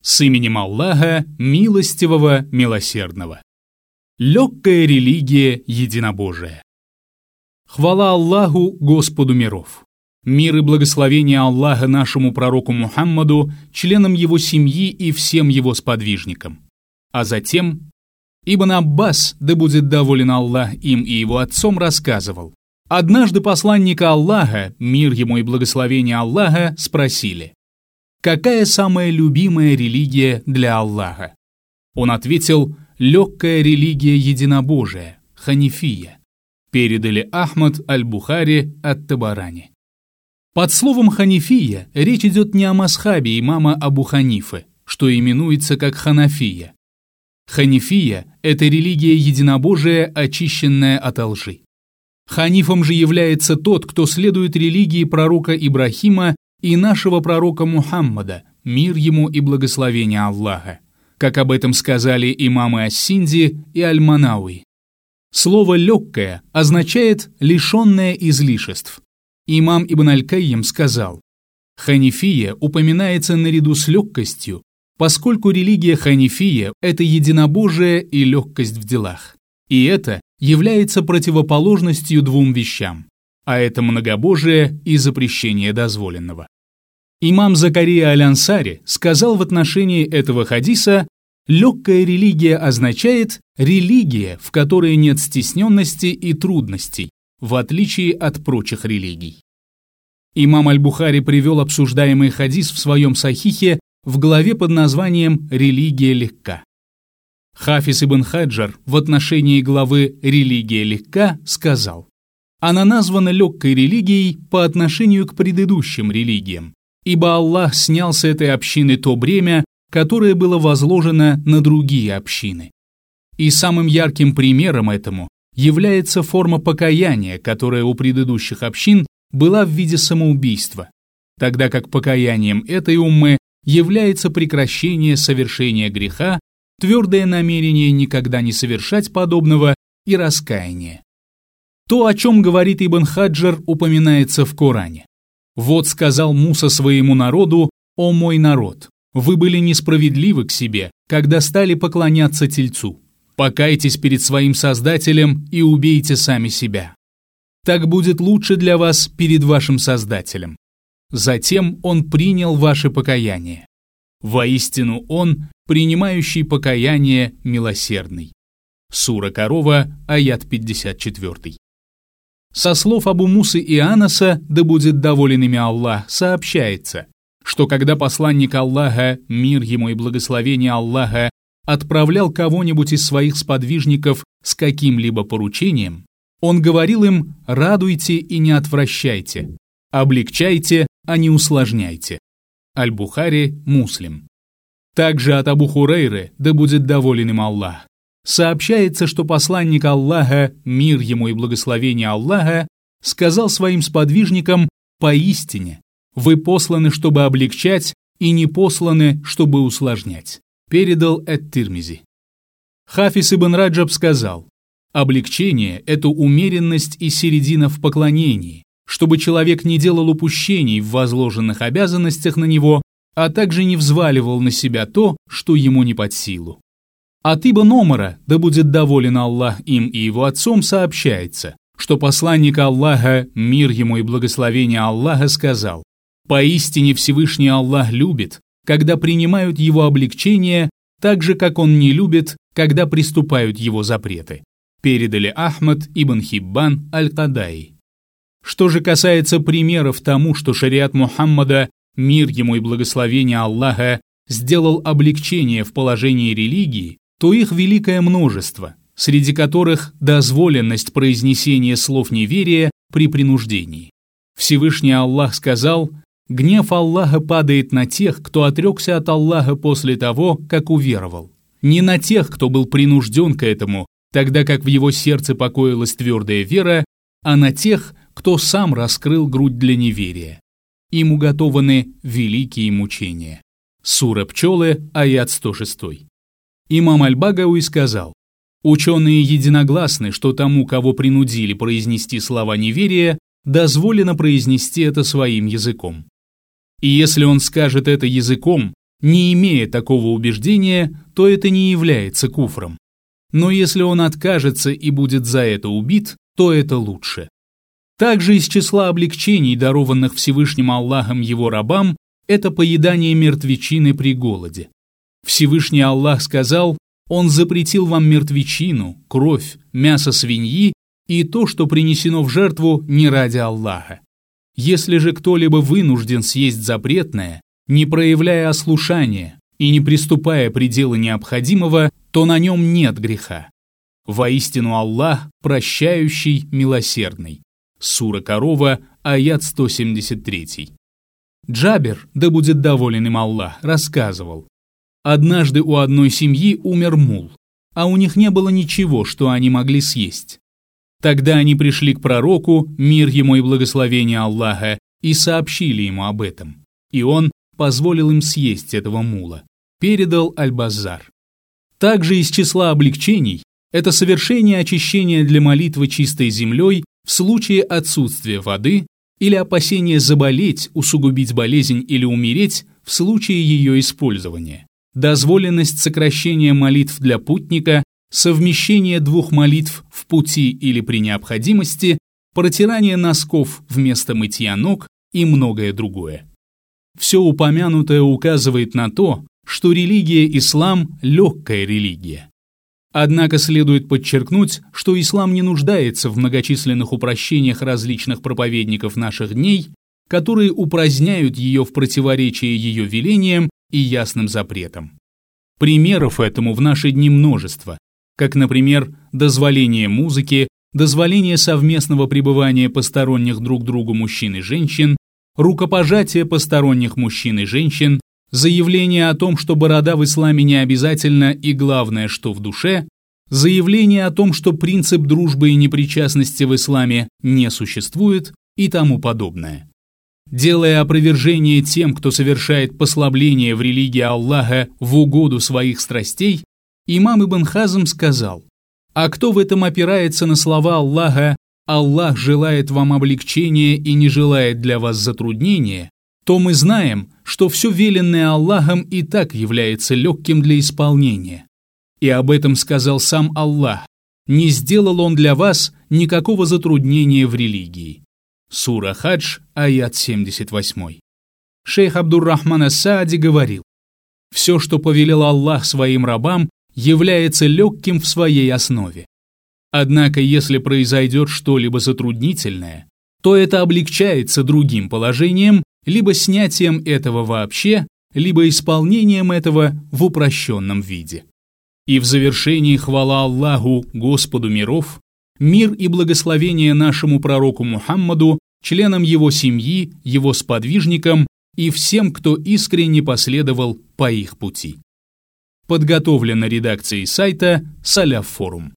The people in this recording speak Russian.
С именем Аллаха, милостивого, милосердного. Легкая религия единобожия. Хвала Аллаху, Господу миров. Мир и благословение Аллаха нашему пророку Мухаммаду, членам его семьи и всем его сподвижникам. А затем Ибн Аббас, да будет доволен Аллах им и его отцом, рассказывал: однажды посланника Аллаха, мир ему и благословение Аллаха, спросили: какая самая любимая религия для Аллаха? Он ответил: легкая религия единобожия, ханифия. Передали Ахмад аль-Бухари ат-Табарани. Под словом ханифия речь идет не о мазхабе имама Абу Ханифы, что именуется как ханафия. Ханифия – это религия единобожия, очищенная от лжи. Ханифом же является тот, кто следует религии пророка Ибрахима и нашего пророка Мухаммада, мир ему и благословение Аллаха, как об этом сказали имамы Ас-Синди и Аль-Манауи. Слово «легкое» означает «лишенное излишеств». Имам Ибн Аль-Кайим сказал: ханифия упоминается наряду с легкостью, поскольку религия ханифия – это единобожие и легкость в делах. И это является противоположностью двум вещам, а это многобожие и запрещение дозволенного. Имам Закария Аль-Ансари сказал в отношении этого хадиса: легкая религия означает религия, в которой нет стесненности и трудностей, в отличие от прочих религий. Имам Аль-Бухари привел обсуждаемый хадис в своем сахихе в главе под названием «Религия легка». Хафиз ибн Хаджар в отношении главы «Религия легка» сказал: она названа легкой религией по отношению к предыдущим религиям, ибо Аллах снял с этой общины то бремя, которое было возложено на другие общины. И самым ярким примером этому является форма покаяния, которая у предыдущих общин была в виде самоубийства, тогда как покаянием этой уммы является прекращение совершения греха, твердое намерение никогда не совершать подобного и раскаяние. То, о чем говорит Ибн Хаджар, упоминается в Коране. «Вот сказал Муса своему народу: о мой народ, вы были несправедливы к себе, когда стали поклоняться тельцу. Покайтесь перед своим Создателем и убейте сами себя. Так будет лучше для вас перед вашим Создателем. Затем Он принял ваше покаяние. Воистину Он, принимающий покаяние, милосердный». Сура Корова, аят 54. Со слов Абу Мусы и Анаса, да будет доволен ими Аллах, сообщается, что когда посланник Аллаха, мир ему и благословение Аллаха, отправлял кого-нибудь из своих сподвижников с каким-либо поручением, он говорил им: радуйте и не отвращайте, облегчайте, а не усложняйте. Аль-Бухари, Муслим. Также от Абу Хурейры, да будет доволен им Аллах, сообщается, что посланник Аллаха, мир ему и благословение Аллаха, сказал своим сподвижникам: поистине, вы посланы, чтобы облегчать, и не посланы, чтобы усложнять. Передал Ат-Тирмизи. Хафиз ибн Раджаб сказал: облегчение – это умеренность и середина в поклонении, чтобы человек не делал упущений в возложенных обязанностях на него, а также не взваливал на себя то, что ему не под силу. От Ибн Омара, да будет доволен Аллах им и его отцом, сообщается, что посланник Аллаха, мир ему и благословение Аллаха, сказал: поистине Всевышний Аллах любит, когда принимают его облегчение, так же, как он не любит, когда приступают его запреты. Передали Ахмад ибн Хиббан аль-Кадаи. Что же касается примеров тому, что шариат Мухаммада, мир ему и благословение Аллаха, сделал облегчение в положении религии, то их великое множество, среди которых дозволенность произнесения слов неверия при принуждении. Всевышний Аллах сказал: гнев Аллаха падает на тех, кто отрекся от Аллаха после того, как уверовал. Не на тех, кто был принужден к этому, тогда как в его сердце покоилась твердая вера, а на тех, кто сам раскрыл грудь для неверия. Им уготованы великие мучения. Сура Пчелы, аят 106. Имам Аль-Багауи сказал: ученые единогласны, что тому, кого принудили произнести слова неверия, дозволено произнести это своим языком. И если он скажет это языком, Не имея такого убеждения, то это не является куфром. Но если он откажется и будет за это убит, то это лучше. Также из числа облегчений, дарованных Всевышним Аллахом его рабам, это поедание мертвечины при голоде. Всевышний Аллах сказал: «Он запретил вам мертвечину, кровь, мясо свиньи и то, что принесено в жертву не ради Аллаха. Если же кто-либо вынужден съесть запретное, не проявляя ослушания и не приступая предела необходимого, то на нем нет греха. Воистину Аллах прощающий, милосердный». Сура Корова, аят 173. Джабер, да будет доволен им Аллах, рассказывал: однажды у одной семьи умер мул, а у них не было ничего, что они могли съесть. Тогда они пришли к пророку, мир ему и благословение Аллаха, и сообщили ему об этом. И он позволил им съесть этого мула. Передал Аль-Баззар. Также из числа облегчений это совершение очищения для молитвы чистой землей в случае отсутствия воды или опасения заболеть, усугубить болезнь или умереть в случае ее использования. Дозволенность сокращения молитв для путника, совмещение двух молитв в пути или при необходимости, протирание носков вместо мытья ног и многое другое. Все упомянутое указывает на то, что религия ислам – легкая религия. Однако следует подчеркнуть, что ислам не нуждается в многочисленных упрощениях различных проповедников наших дней, которые упраздняют ее в противоречии ее велениям и ясным запретам. Примеров этому в наши дни множество, как, например, дозволение музыки, дозволение совместного пребывания посторонних друг другу мужчин и женщин, рукопожатие посторонних мужчин и женщин, заявление о том, что борода в исламе не обязательно и главное, что в душе, заявление о том, что принцип дружбы и непричастности в исламе не существует и тому подобное. Делая опровержение тем, кто совершает послабление в религии Аллаха в угоду своих страстей, имам Ибн Хазм сказал: «А кто в этом опирается на слова Аллаха: Аллах желает вам облегчения и не желает для вас затруднения, то мы знаем, что все веленное Аллахом и так является легким для исполнения. И об этом сказал сам Аллах: не сделал Он для вас никакого затруднения в религии». Сура Хадж, аят 78. Шейх Абдур-Рахман ас-Саади говорил: «Все, что повелел Аллах своим рабам, является легким в своей основе. Однако, если произойдет что-либо затруднительное, то это облегчается другим положением, либо снятием этого вообще, либо исполнением этого в упрощенном виде». И в завершении хвала Аллаху, Господу миров, мир и благословение нашему пророку Мухаммаду, членам его семьи, его сподвижникам и всем, кто искренне последовал по их пути. Подготовлено редакцией сайта Салаф Форум.